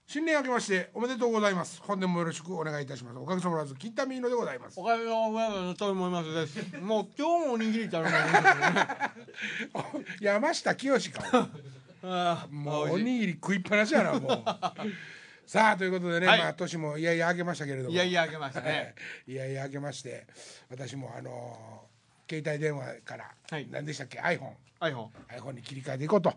新年明けましておめでとうございます。本年もよろしくお願いいたします。おかげさまでキッタミーノでございます。 おかげさまでと思いますです。もう今日もおにぎり食べますね。 山下清かもうおにぎり食いっぱなしやなもうさあということでね、まあ年もいやいや明けましたけれども、 いやいや明けましたね。 いやいや明けまして、私も携帯電話から、何でしたっけ、 iPhone に切り替えていこうと。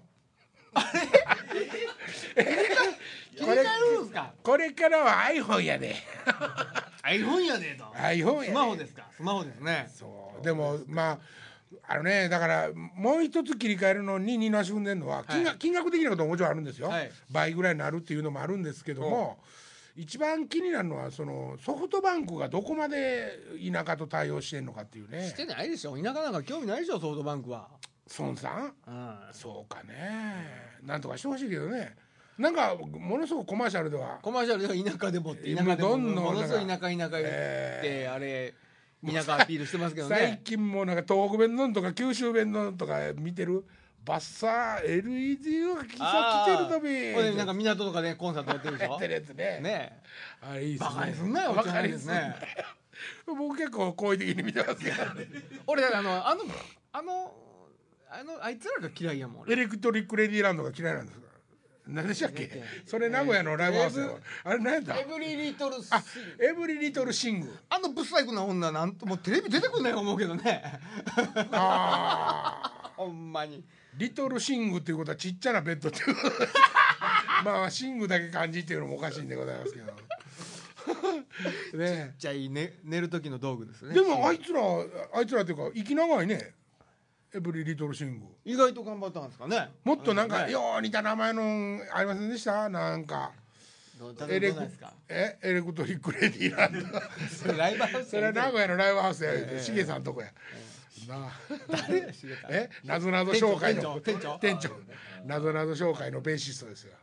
切り替えるんですか。 これからは iPhone やで iPhone やでと。 iPhone やで。 スマホですか。スマホですね。 そうでもまあだからもう一つ切り替えるのに二の足踏んでるのは金額的なことももちろんあるんですよ、倍ぐらいになるっていうのもあるんですけども、一番気になるのはそのソフトバンクがどこまで田舎と対応してんのかっていうね。 してないでしょ。田舎なんか興味ないでしょ、ソフトバンクは。 孫さん、そうかね、なんとかしてほしいけどね。なんかものすごくコマーシャルでは田舎でもって田舎でもものすごい田舎言ってあれ田舎アピールしてますけどね。 最近もなんか東北弁のとか九州弁のとか見てる。バッサー LED が来てるとびなんか港とかでコンサートやってるでしょ。 やってるやつね。あれいいっすね。 バカにすんなよ。バカにすんなよ。 僕結構好意的に見てますけど。 俺だからあいつらが嫌いやもん。 エレクトリックレディーランドが嫌いなんですか。何でしたっけ。それ名古屋のライブハウスよ。あれ何やった。 エブリリトルシング。 ブサイクな女なんともうテレビ出てくんないと思うけどね。ほんまにリトルシングっていうことはちっちゃなベッドっていうまあシングだけ漢字っていうのもおかしいんでございますけどね、ちっちゃい、寝る時の道具ですね。 でもあいつらっていうか息長いね。エブリリトルシング意外と頑張ったんですかね。 もっとなんかよう似た名前のありませんでした。なんかエレクトリックレディーランドそれライブハウス。 それ名古屋のライブハウスやしげさんとこや誰やしげさん。 なぞなぞ紹介の店長なぞなぞ紹介のベーシストですよ。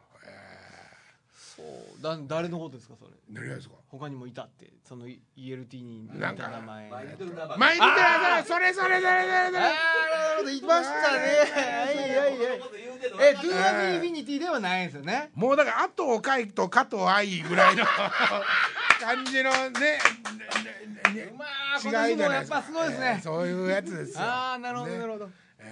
そう誰のことですかそれ。 何がですか。 他にもいたってその ELT に似た名前。 マイルドラバーそれなるほど言いましたね。ドゥアミンフィニティではないんですよね。 もうだから後をかいと加藤愛ぐらいの感じのね違いじゃないですか。やっぱすごいですね。 そういうやつですよ。 なるほどなるほど。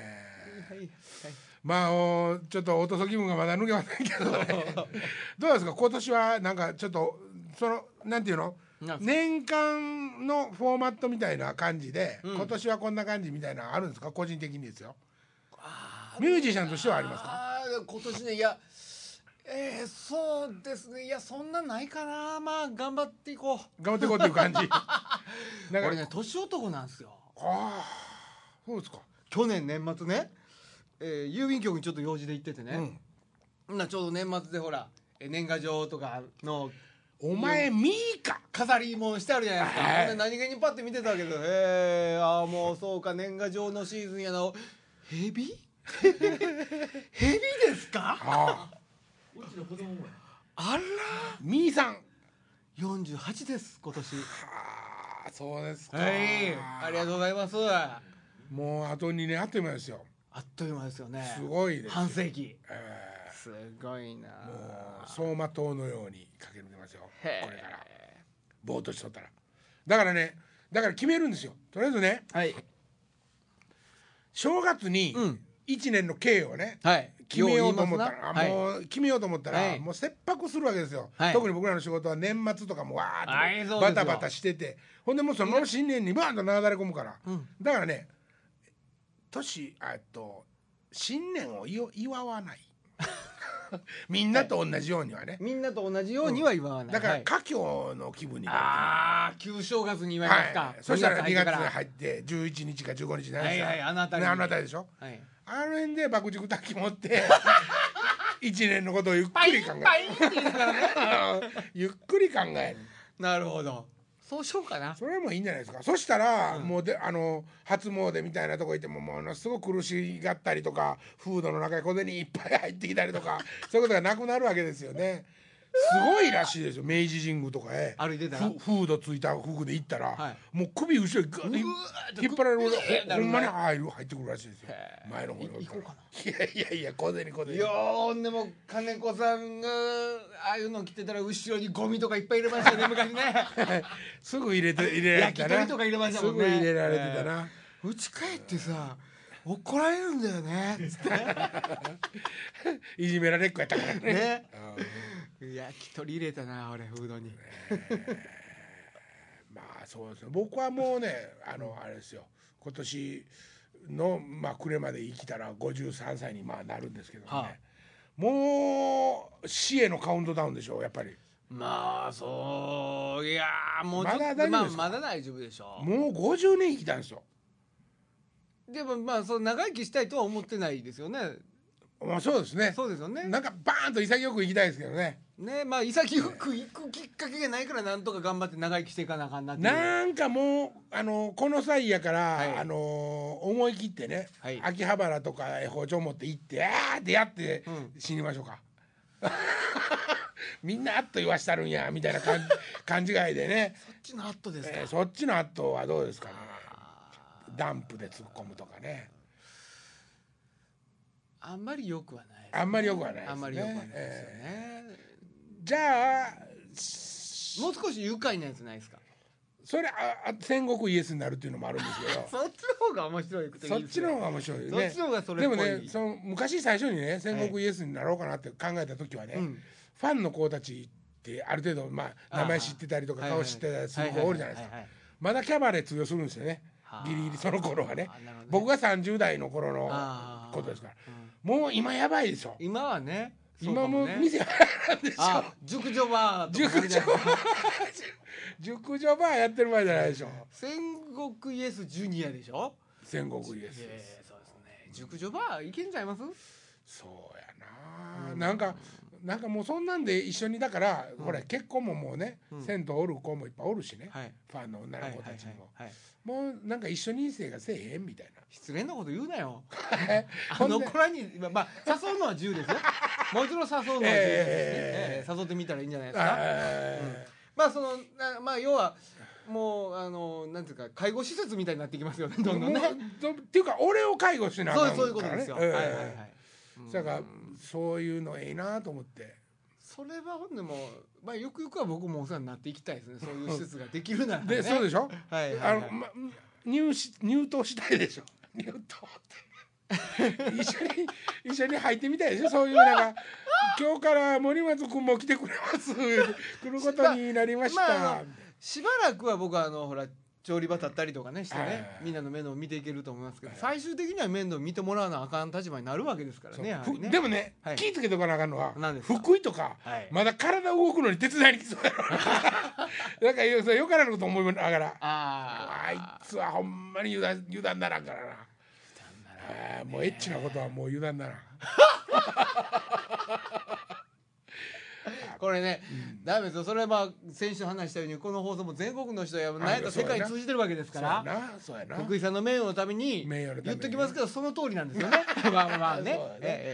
まあちょっとおとそ気分がまだ抜けませんけどねどうですか今年は。なんかちょっとそのなんていうの年間のフォーマットみたいな感じで、今年はこんな感じみたいなのあるんですか。個人的にですよ。ミュージシャンとしてはありますか。 今年ね。いやそうですね。いやそんなないかな。まあ頑張っていこうっていう感じ俺ね年男なんですよ。 そうですか。 去年年末ね、郵便局にちょっと用事で行っててね、ちょうど年末でほら年賀状とかのお前ミーか飾りもしてあるじゃないですか。何気にパッて見てたけどもうそうか年賀状のシーズンやな。ヘビですか。うちの子供もや。あらミーさん 48です今年。 そうですか。 ありがとうございます。 もうあと2年あっという間ですよ。 あっという間ですよね。 すごいです。 半世紀。すごいな。 もう走馬灯のように駆け抜けますよ。これからぼーっとしとったら。だから決めるんですよ。とりあえずね、正月に1年の経をね、決めようと思ったらもう切迫するわけですよ。特に僕らの仕事は年末とかもわーっとバタバタしてて、ほんでもうその新年にバーンとなだれ込むから、だからね新年を祝わないみんなと同じようにはね。 みんなと同じようには言わない。 だから佳境の気分になる。旧正月に祝いますか。 そしたら2月に入って11日か15日なんですよ。あの辺りでしょ。あの辺で爆竹炊き持って1年のことをゆっくり考える。ゆっくり考える。 なるほど。そうしようかな。 それもいいんじゃないですか。そしたらもう初詣みたいなとこ行ってもものすごく苦しがったりとか、フードの中に小銭いっぱい入ってきたりとかそういうことがなくなるわけですよね。 ごいらしいですよ。明治神宮とかへ歩いてたらフードついた服で行ったら、 はいもう首後ろにガッてうわー引っ張られるなるほんまに入ってくるらしいですよ。 へー前の方におったら行こうかいや小銭いやーほんでも金子さんがああいうの着てたら後ろにゴミとかいっぱい入れましたよね昔ねすぐ入れられてたな。 焼き鳥とか入れましたもんねすぐ入れられてたな。 うち帰ってさ怒られるんだよねつっていじめられっ子やったからね。 ね焼き鳥入れたな俺フードにまあそうですね。僕はもうねあれですよ。今年の暮れまで生きたら53歳になるんですけどね。 はあもう死へのカウントダウンでしょやっぱり。 まあそういやーもうちょっとまだ大丈夫ですかまだ大丈夫でしょもう50年生きたんですよ。 でもその長生きしたいとは思ってないですよねまあそうですね。 そうですよねなんかバーンと潔く生きたいですけどね。 ね潔く行くきっかけがないからなんとか頑張って長生きしていかなあかんなっていうなんかもうこの際やから、 はい思い切ってね、 はい秋葉原とか包丁持って行ってってやってうん死にましょうか。みんなあっと言わしたるんやみたいな勘違いでね、 そっちのアットですか、 そっちの後はどうですかね。 あダンプで突っ込むとかね。 あんまり良くはないですね、 あんまり良くはないですね。 あんまり良くはないですよね、 じゃあもう少し愉快なやつないですかそれ戦国イエスになるっていうのもあるんですけどそっちの方が面白いくていいそっですよちの方が面白いよね。 そっちの方がそれでっぽいもね昔最初にね戦国イエスになろうかなって考えた時はね、 うんファンの子たちってある程度名前知ってたりとか顔知ってたりする子おるじゃないですか。まだキャバレー通用するんですよね。ギリギリその頃はね。僕が30代の頃のことですから。もう今やばいでしょ。 今はね今もうね店なんでしょ。 熟女バーとか熟女バー熟女バーやってる場合じゃないでしょ。 戦国イエスジュニアでしょ戦国イエスそうで。 ですすね熟女バーいけんちゃいますそうやな、なんかもうそんなんで一緒にだから、ほら結婚ももうね、銭湯おる子もいっぱいおるしね、 はいファンの女の子たちも、 はいもうなんか一緒に生活せえへんみたい失礼なこと言うなよなあの子らに誘うのは自由ですよもちろん誘うのは自由ですね、誘ってみたらいいんじゃないですか、要はもうなんていうか介護施設みたいになってきますよねどんどんねっていうか俺を介護してなあかんそういうことですよ、はいはいはいだからそういうのええなと思ってそれはほんでもよくよくは僕もお世話になっていきたいですねそういう施設ができるならねでそうでしょ、 はいはいはい入党したいでしょ入党って一緒に入ってみたいでしょそういうなんか今日から森松君も来てくれます来ることになりました、 しばらくは僕はほら調理場立ったりとかねしてはいねみんなの面倒を見ていけると思いますけど最終的には面倒を見てもらわなあかん立場になるわけですからねやはりねでもね、 はい気ぃつけとかなあかんのは何ですか福井とか、 はいまだ体動くのに手伝いに来そうやろなんかよからぬこと思いながらあいつはほんまに油断ならんからなもうエッチなことはもう油断ならんこれね、ダメですよそれは先週話したようにこの放送も全国の人や何やったら世界に通じてるわけですからそうやな福井さんの名誉のために名誉のために言っときますけどその通りなんですよねまあね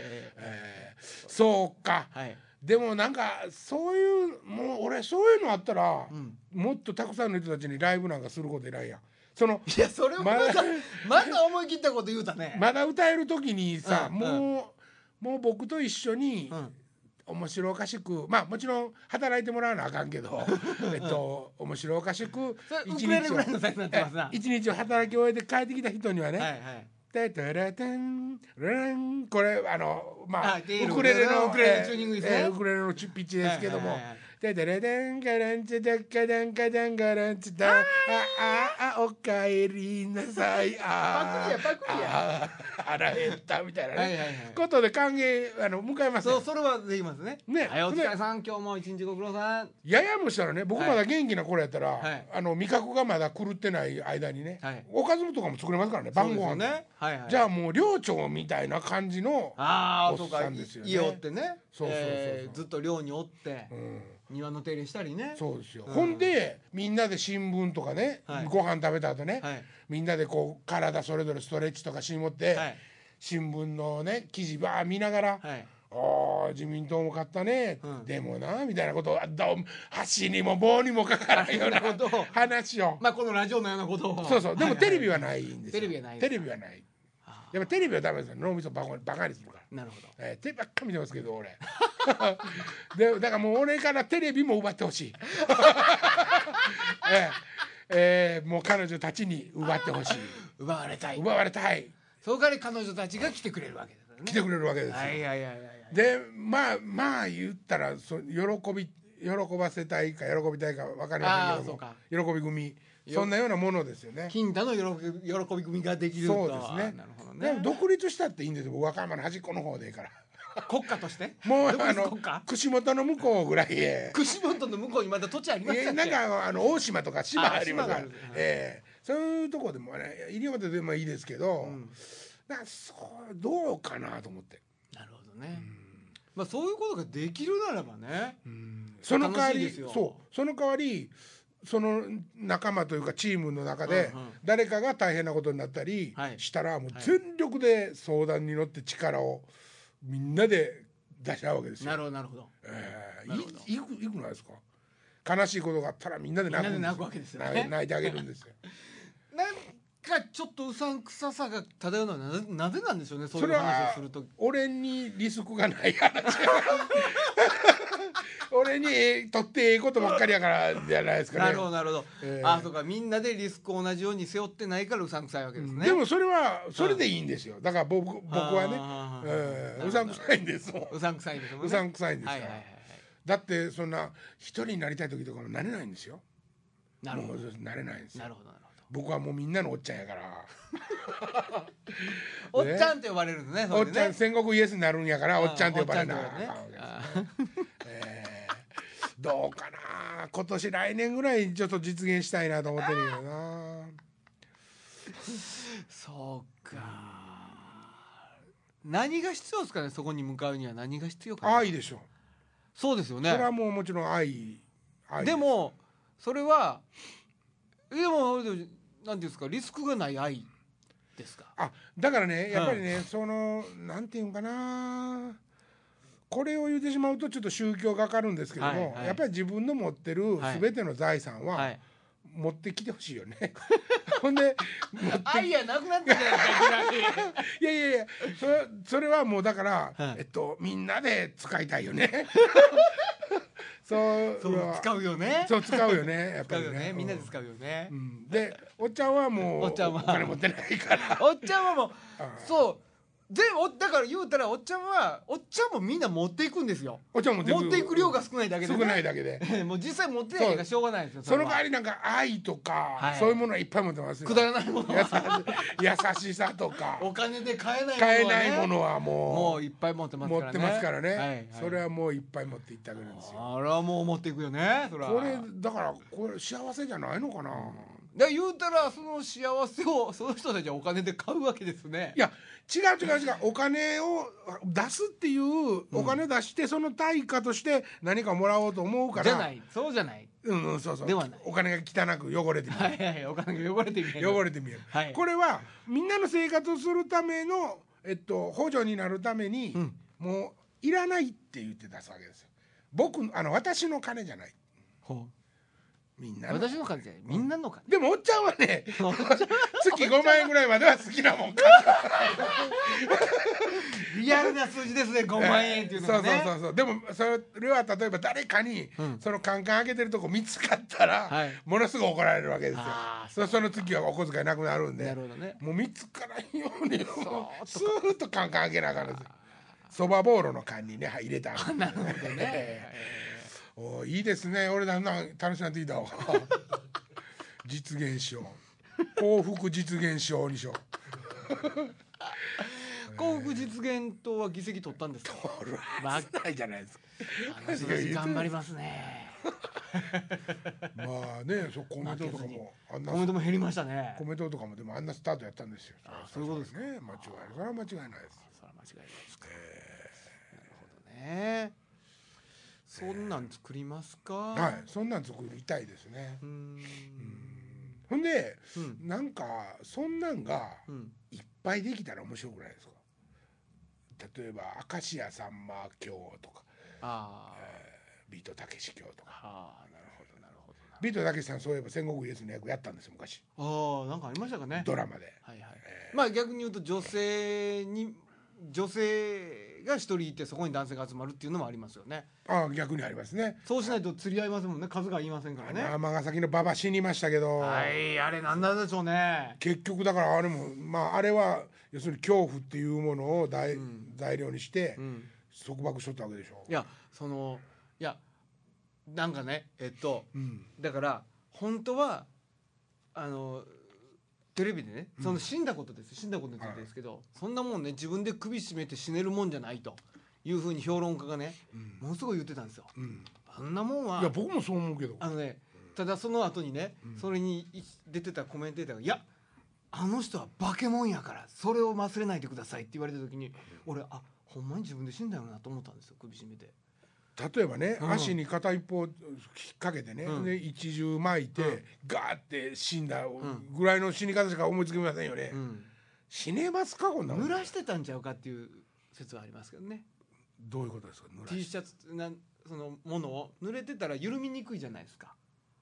そうか、 はいでもなんかそういうもう俺そういうのあったら、 んもっとたくさんの人たちにライブなんかすることないやんいやそれをまた思い切ったこと言うたねまだ歌える時にさ、 うんもう僕と一緒に、 うん面白おかしくもちろん働いてもらわなあかんけど面白おかしくそれウクレレぐらいのサイズになってますな一日を働き終えて帰ってきた人にはね、 はいはいテテレテンレンこれウクレレレのチューニングですねウクレレのピッチですけどもはいはいはいテテレテンガレンチデッカデンカデンガレンチダおかえりなさいパクリや腹減ったみたいなはいはいはいことで歓迎迎えますよそれはできますねねはいお疲れさん今日も一日ご苦労さんややもしたらね僕まだ元気な頃やったら、 はい味覚がまだ狂ってない間にね、 はいおかずとかも作れますからね晩ご飯、 ねはいはいじゃあもう寮長みたいな感じのおっそうかさんですよね家おってねそうずっと寮におってうん庭の手入れしたりねそうですよ、ほんでみんなで新聞とかね、 はいご飯食べた後ね、 はいみんなでこう体それぞれストレッチとかしもって、 はい新聞のね記事ばー見ながら、 はい自民党も勝ったね、 うん、 でもなみたいなことを箸にも棒にもかからないような話をまあこのラジオのようなことをそうそうでもテレビはないんですよ。 テレビはない。 テレビはない。やっぱテレビはダメですよ。脳みそバカにするから。 なるほど。 テレビばっか見てますけど俺でだからもう俺からテレビも奪ってほしいもう彼女たちに奪ってほしい。 奪われたい。 奪われたい。 そこから彼女たちが来てくれるわけですよね。 来てくれるわけですよ。 はいはいはいはい。 でまあ言ったら喜ばせたいか喜びたいか分かりませんけども、喜び組そんなようなものですよね。 金太の喜び組ができると。 そうですね。 なるほどね。 でも独立したっていいんですよ。和歌山の端っこの方でいいから。 国家としてもう串本の向こうぐらいへ。 串本の向こうにまだ土地ありますか？ なんか大島とか島ありますから。そういうとこでもね西表でもいいですけど、どうかなと思って。 なるほどね。まあそういうことができるならばね。 その代わりその代わりその仲間というかチームの中で誰かが大変なことになったりしたらもう全力で相談に乗って力をみんなで出し合うわけですよ。 なるほどなるほど。 いくないですか。悲しいことがあったらみんなで泣くわけですよね。泣いてあげるんですよ。 なんかちょっとうさんくささが漂うのはなぜなんでしょうね。そういう話をすると俺にリスクがない話俺にとっていいことばっかりやからじゃないですかね。 なるほどなるほど。そうかみんなでリスクを同じように背負ってないからうさんくさいわけですね。 でもそれはそれでいいんですよ。だから僕はねうさんくさいんですもん。 うさんくさいんですもんね。 うさんくさいんですから。だってそんな一人になりたい時とかもなれないんですよ。 なるほど。 なれないんですよ。 なるほどなるほど。 僕はもうみんなのおっちゃんやからおっちゃんって呼ばれるのね。 おっちゃん戦国イエスになるんやからおっちゃんって呼ばれなあかんわけですね。どうかな今年来年ぐらいちょっと実現したいなと思ってるよな。 そうか。何が必要ですかね。そこに向かうには何が必要か。 愛でしょ。 そうですよね。 それはもうもちろん愛でもそれはでもなんていうんですかリスクがない愛ですか。 だからねやっぱりね、そのなんていうんかなこれを言ってしまうとちょっと宗教がかるんですけども、やっぱり自分の持ってる全ての財産は持ってきてほしいよね。ほんで愛やなくなったじゃないですか。 いやそれはもうだから、みんなで使いたいよね。そう使うよね。 そう使うよねやっぱりね。 みんなで使うよね。 でおっちゃんはもうお金持ってないから。 おっちゃんはもうそうだから言うたらおっちゃんもみんな持っていくんですよ。 おっちゃん持っていく量が少ないだけで、 少ないだけでもう実際持ってないからしょうがないですよ。 その代わりなんか愛とか、そういうものはいっぱい持ってますよ。 くだらないもの優しさとかお金で買えないものはもういっぱい持ってますからね。 それはもういっぱい持っていってあげるんですよ。 あれはもう持っていくよね。 これだからこれ幸せじゃないのかな。 言うたらその幸せをその人たちはお金で買うわけですね。 いや違うお金を出すっていうお金を出してその対価として何かもらおうと思うから。 そうじゃない。 そうではない。 お金が汚く汚れて見える。 お金が汚れて見える。 これはみんなの生活をするための補助になるためにもういらないって言って出すわけですよ。私の金じゃない。みんな私の金じゃないみんなの金。 でもおっちゃんはね月5万円ぐらいまでは好きなもん買リアルな数字ですね。5万円っていうのはね。 そうでもそれは例えば誰かにそのカンカン開けてるとこ見つかったらものすごい怒られるわけですよ。その月はお小遣いなくなるんでもう見つからんようにスーッとカンカン開けなあかんですよ。そばぼうろの缶にね入れた。 なるほどね。 いいですね。俺だんだん楽しくなってきたわ。実現しよう。幸福実現しようにしよう。幸福実現党は議席取ったんですか。 取るはずないじゃないですか。 頑張りますね。 まあね、コメントとかもコメントも減りましたね。 コメントとかもでもあんなスタートやったんですよ。 そういうことですね。 それは間違いないです。 それは間違いないですか。なるほどね。そんなん作りますか。 はい、そんなん作りたいですね。ほんで、なんかそんなんがいっぱいできたら面白くないですか。 例えば明石家さんま教とか、 あビートたけし教とか。 あ、なるほどなるほど。 ビートたけしさんそういえば戦国イエスの役やったんですよ昔、 ああ、なんかありましたかね。 ドラマで。 はいはい。まあ逆に言うと女性が一人いてそこに男性が集まるっていうのもありますよね。 ああ、逆にありますね。 そうしないと釣り合いませんもんね。数が言いませんからね。 尼崎の馬場死にましたけど、 はい、あれなんなんでしょうね。 結局だからあれもまああれは要するに恐怖っていうものを材料にして束縛しとったわけでしょ。 いやなんかねだから本当はテレビでね、その死んだことです、死んだことについてですけど、そんなもんね自分で首絞めて死ねるもんじゃないというふうに評論家がね、ものすごい言ってたんですよ。あんなもんは、 いや僕もそう思うけど、 ただその後にね、それに出てたコメンテーターが「いやあの人は化け物やからそれを忘れないでください」って言われた時に、俺ほんまに自分で死んだよなと思ったんですよ、首絞めて。 例えばね、足に片一方引っ掛けてね、で一重巻いて、ガーって死んだぐらいの死に方しか思いつきませんよね。死ねますかこんなの。 濡らしてたんちゃうかっていう説はありますけどね。 どういうことですか。 T シャツそのものを濡れてたら緩みにくいじゃないですか。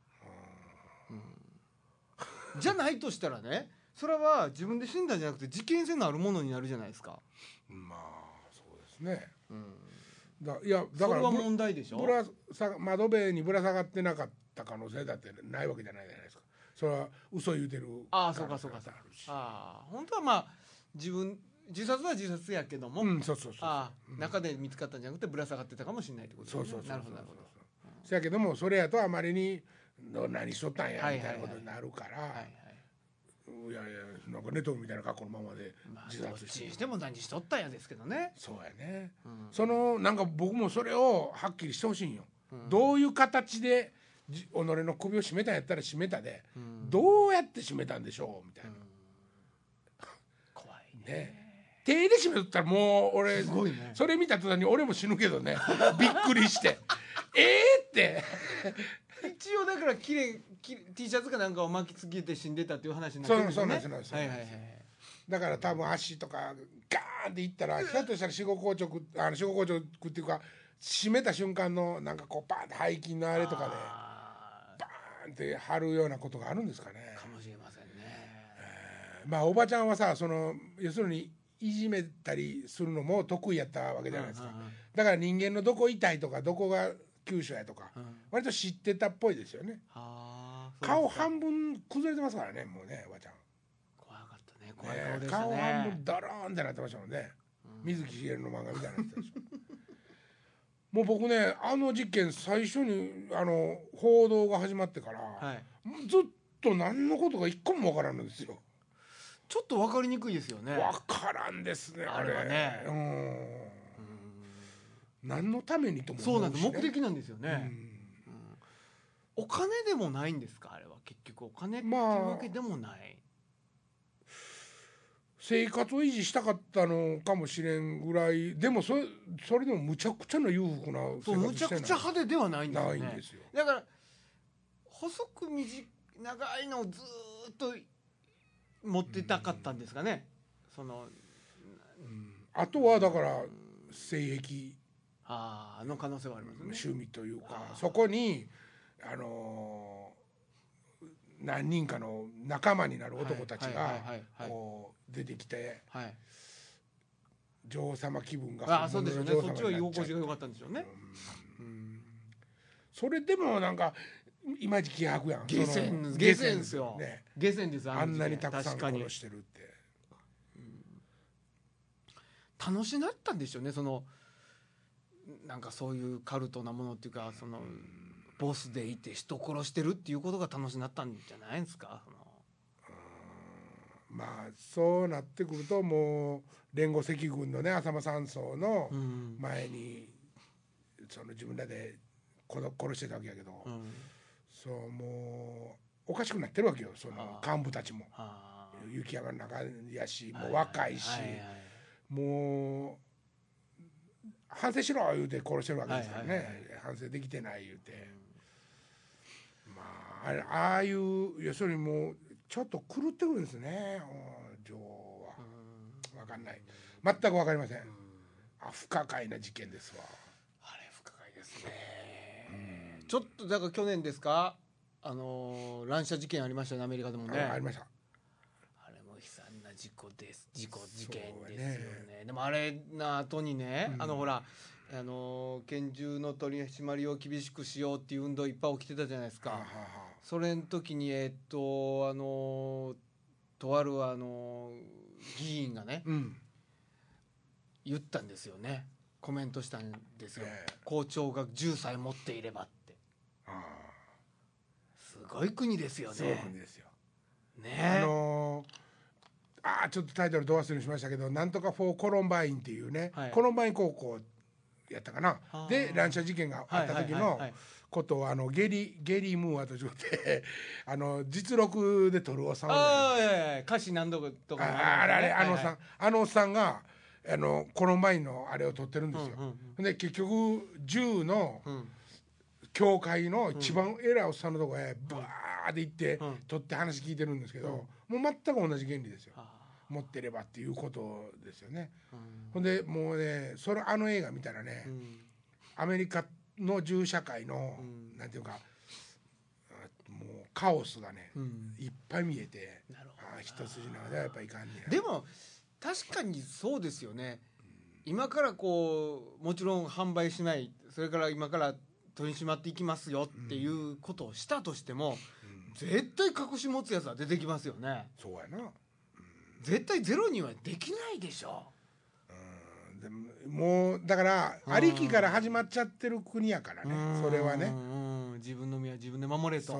じゃないとしたらね、それは自分で死んだんじゃなくて事件性のあるものになるじゃないですか。 まあそうですね。だからそれは問題でしょ。 窓辺にぶら下がってなかった可能性だってないわけじゃないじゃないですか。それは嘘言うてる。 そうか。本当は自殺は自殺やけども、中で見つかったんじゃなくてぶら下がってたかもしれないってことですね。なるほど。 そやけどもそれやとあまりに何しとったんやみたいなことになるから。いやなんかネトウみたいな格好のままで自殺して、 どっちにしても何しとったんやですけどね。 そうやね、なんか僕もそれをはっきりしてほしいんよ、どういう形で己の首を絞めたんやったら絞めたで、どうやって絞めたんでしょうみたいな、 怖いね。 手で絞めとったらもう俺、 すごいね、 それ見た途端に俺も死ぬけどねびっくりしてって一応だからT シャツかなんかを巻きつけて死んでたっていう話になってるんですよね。 だから多分足とかガーンっていったら、ひょっとしたら死後硬直っていうか締めた瞬間のなんかこうバーンって背筋のあれとかでバーンって張るようなことがあるんですかね。 かもしれませんね。 まあおばちゃんはさ、要するにいじめたりするのも得意やったわけじゃないですか。だから人間のどこ痛いとかどこが急所やとか、割と知ってたっぽいですよね。顔半分崩れてますからね、もうね、おばちゃん。 怖かったね、怖い顔でしたね。 顔半分ドローンってなってましたもんね。水木しげるの漫画みたいなやつでしょ。もう僕ね、あの事件最初に報道が始まってから、ずっと何のことか一個もわからんのですよ。 ちょっと分かりにくいですよね。 わからんですね、あれはね。何のためにとも思うしね。 そうなんです、目的なんですよね。お金でもないんですか、あれは。結局お金っていうわけでもない、 生活を維持したかったのかもしれんぐらい。でもそれでもむちゃくちゃな裕福な生活してない。 むちゃくちゃ派手ではないんですよね。 ないんですよ。 だから細く長いのをずっと持ってたかったんですかね。 あとはだから性癖の可能性はありますね。 趣味というか、そこに何人かの仲間になる男たちがこう出てきて、女王様気分がそうですよね。そっちは居心地が良かったんでしょうね。 それでもなんかいまいち気迫やん。 下船ですよ。下船です。 あんなにたくさん殺してるって。 楽しなったんでしょうね。なんかそういうカルトなものっていうか、ボスでいて人殺してるっていうことが楽しなったんじゃないですか。 まあそうなってくるともう連合赤軍のね、浅間山荘の前に自分らで殺してたわけやけど、もうおかしくなってるわけよ、幹部たちも。雪山の中やし、もう若いし、もう反省しろ言うて殺してるわけですからね。反省できてない言うて、まあああいう要するにもうちょっと狂ってくるんですね、女王は。分かんない、全く分かりません。 不可解な事件ですわ。 あれ不可解ですね。ちょっとだから去年ですか、乱射事件ありましたよね、アメリカでもね。 ありました。 あれも悲惨な事件ですよね。でもあれな後にね、ほら拳銃の取り締まりを厳しくしようっていう運動いっぱい起きてたじゃないですか。それの時にとある議員がね、言ったんですよね。コメントしたんですよ。校長が銃さえ持っていればって。すごい国ですよね。 すごい国ですよ。 ね。 ちょっとタイトルど忘れしましたけど、なんとかフォーコロンバインっていうね、 はい、 コロンバイン高校やったかなで乱射事件があった時のことをゲリー・ムーアと違って実録で撮るおっさん歌詞何度とかあのおっさんがコロンバインのあれを撮ってるんですよ。で結局銃の教会の一番偉いおっさんのとこへバーって行って撮って話聞いてるんですけど、もう全く同じ原理ですよ。持ってればっていうことですよね。ほんでもうね映画見たらね、アメリカの銃社会の、なんていうかもうカオスがね、いっぱい見えて、一筋縄ではやっぱいかんねや。 でも確かにそうですよね。今からもちろん販売しない、それから今から取り締まっていきますよっていうことをしたとしても、絶対隠し持つやつは出てきますよね。 そうやな。 絶対ゼロにはできないでしょ。 でもうだからありきから始まっちゃってる国やからね、それはね。 自分の身は自分で守れと。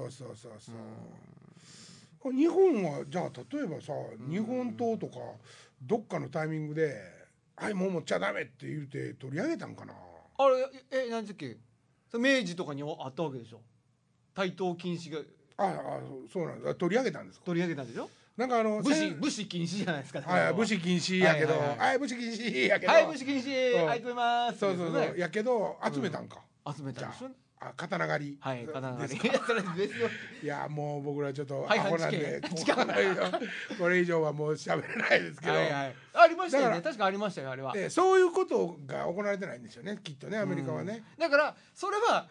そう日本はじゃあ例えばさ、日本刀とかどっかのタイミングで「はいもう持っちゃダメ」って言うて取り上げたんかな。 あれ何だっけ、明治とかにあったわけでしょ、対等禁止が。 そうなんだ、取り上げたんですか。 取り上げたんでしょ。 なんか武士禁止じゃないですか。 武士禁止やけど、武士禁止やけど、 武士禁止、ありがとうございます。 そうやけど集めたんか。 集めたんでしょ。 刀狩り。 刀狩り。 いやもう僕らちょっとアホなんでこれ以上はもう喋れないですけど。 ありましたよね。確かありましたよあれは。 そういうことが行われてないんですよね、きっとね、アメリカはね。 だからそれは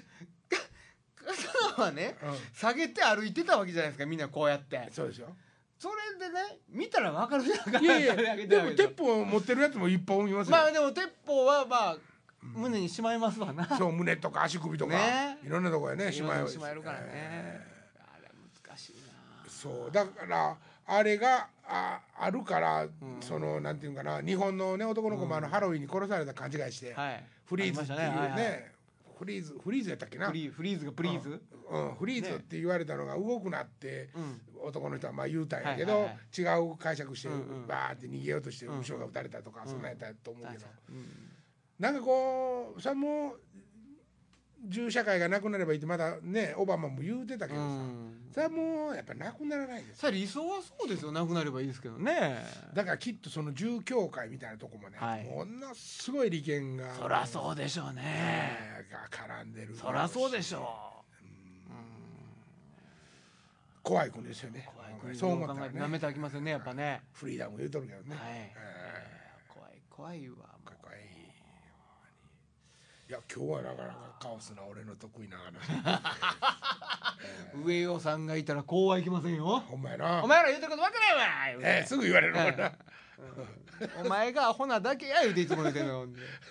刀はね下げて歩いてたわけじゃないですか、みんなこうやって。 そうですよ。 それでね見たら分かるじゃないですか。 いやいやでも鉄砲持ってるやつもいっぱいいますよ。 でも鉄砲は胸にしまいますわな。 そう、胸とか足首とかいろんなところへねしまえるからね。あれ難しいな。 そうだからあれがあるから、なんていうかな、日本のね男の子もハロウィンに殺された勘違いしてフリーズっていうね、フリーズやったっけな。 フリーズがプリーズ、 フリーズって言われたのが動くなって男の人は言うたんやけど、違う解釈してバーって逃げようとして後ろが撃たれたとか、そんなんやったと思うけど、なんかこうさ、もう銃社会がなくなればいいってまだねオバマも言うてたけどさ、それはもうやっぱなくならないです。 さあ理想はそうですよ、なくなればいいですけどね。 だからきっとその銃協会みたいなとこもね、ものすごい利権がそりゃそうでしょうね、 が絡んでる。 そりゃそうでしょう。 怖い国ですよね。 そう思ったらね、なめてあきませんね、やっぱね。 フリーダム言うとるけどね。 怖いわ。 いや今日はなかなかカオスな俺の得意な話。上尾さんがいたらこうはいきませんよ。 ほんまやな。 お前ら言うてること分からんわ。 すぐ言われるもんな。 お前がアホなだけや言うていつも言うてるの。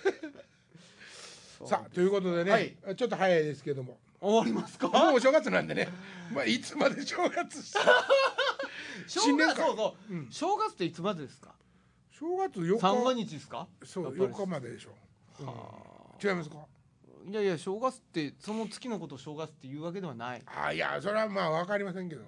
さあということでね、ちょっと早いですけども終わりますか。 もうお正月なんでね、いつまで正月して新年会。正月っていつまでですか。 正月4日。 三が日ですか。 そう4日まででしょ。違いますか。 いやいや、正月ってその月のことを正月っていうわけではない。 いやそれは分かりませんけど。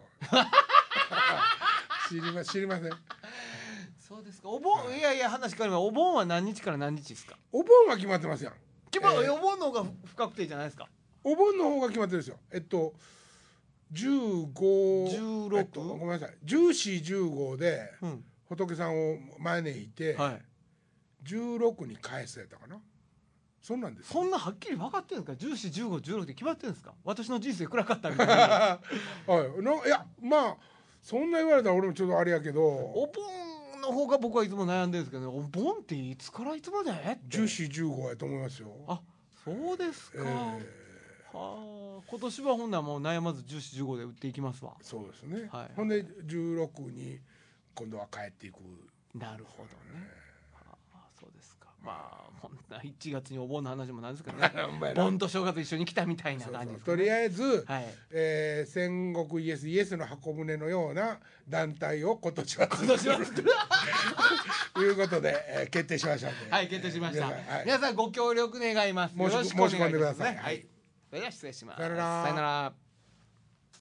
知りません。 そうですか。お盆、いや話変わります。お盆は何日から何日ですか。 お盆は決まってますやん。 お盆の方が不確定じゃないですか。 お盆の方が決まってるんですよ。15、16、ごめんなさい、14、15で仏さんを招いて、16に返すやったかな。そんなんです。 そんなはっきり分かってるんですか。14、15、16って決まってるんですか。私の人生暗かったみたいな。 いやそんな言われたら俺もちょっとあれやけど。 お盆の方が僕はいつも悩んでるんですけど、ね、お盆っていつからいつまでって 1415やと思いますよ。 あ、そうですか、はあ、今年はほんならもう悩まず14、15で売っていきますわ。 そうですね、 はい、 ほんで16に今度は帰っていく。 なるほどね、はあ、そうですか。まあこんな1月にお盆の話もなんですけどね盆と正月一緒に来たみたいな感じですかね。 とりあえず、 はい、 戦国イエスの箱舟のような団体を今年は今年はということで、決定しましたので、 はい、決定しました。 はい、 皆さんご協力願います。よろしくお願いします。 申し込んでください。 はい、それでは失礼します。 さよなら。 さよなら。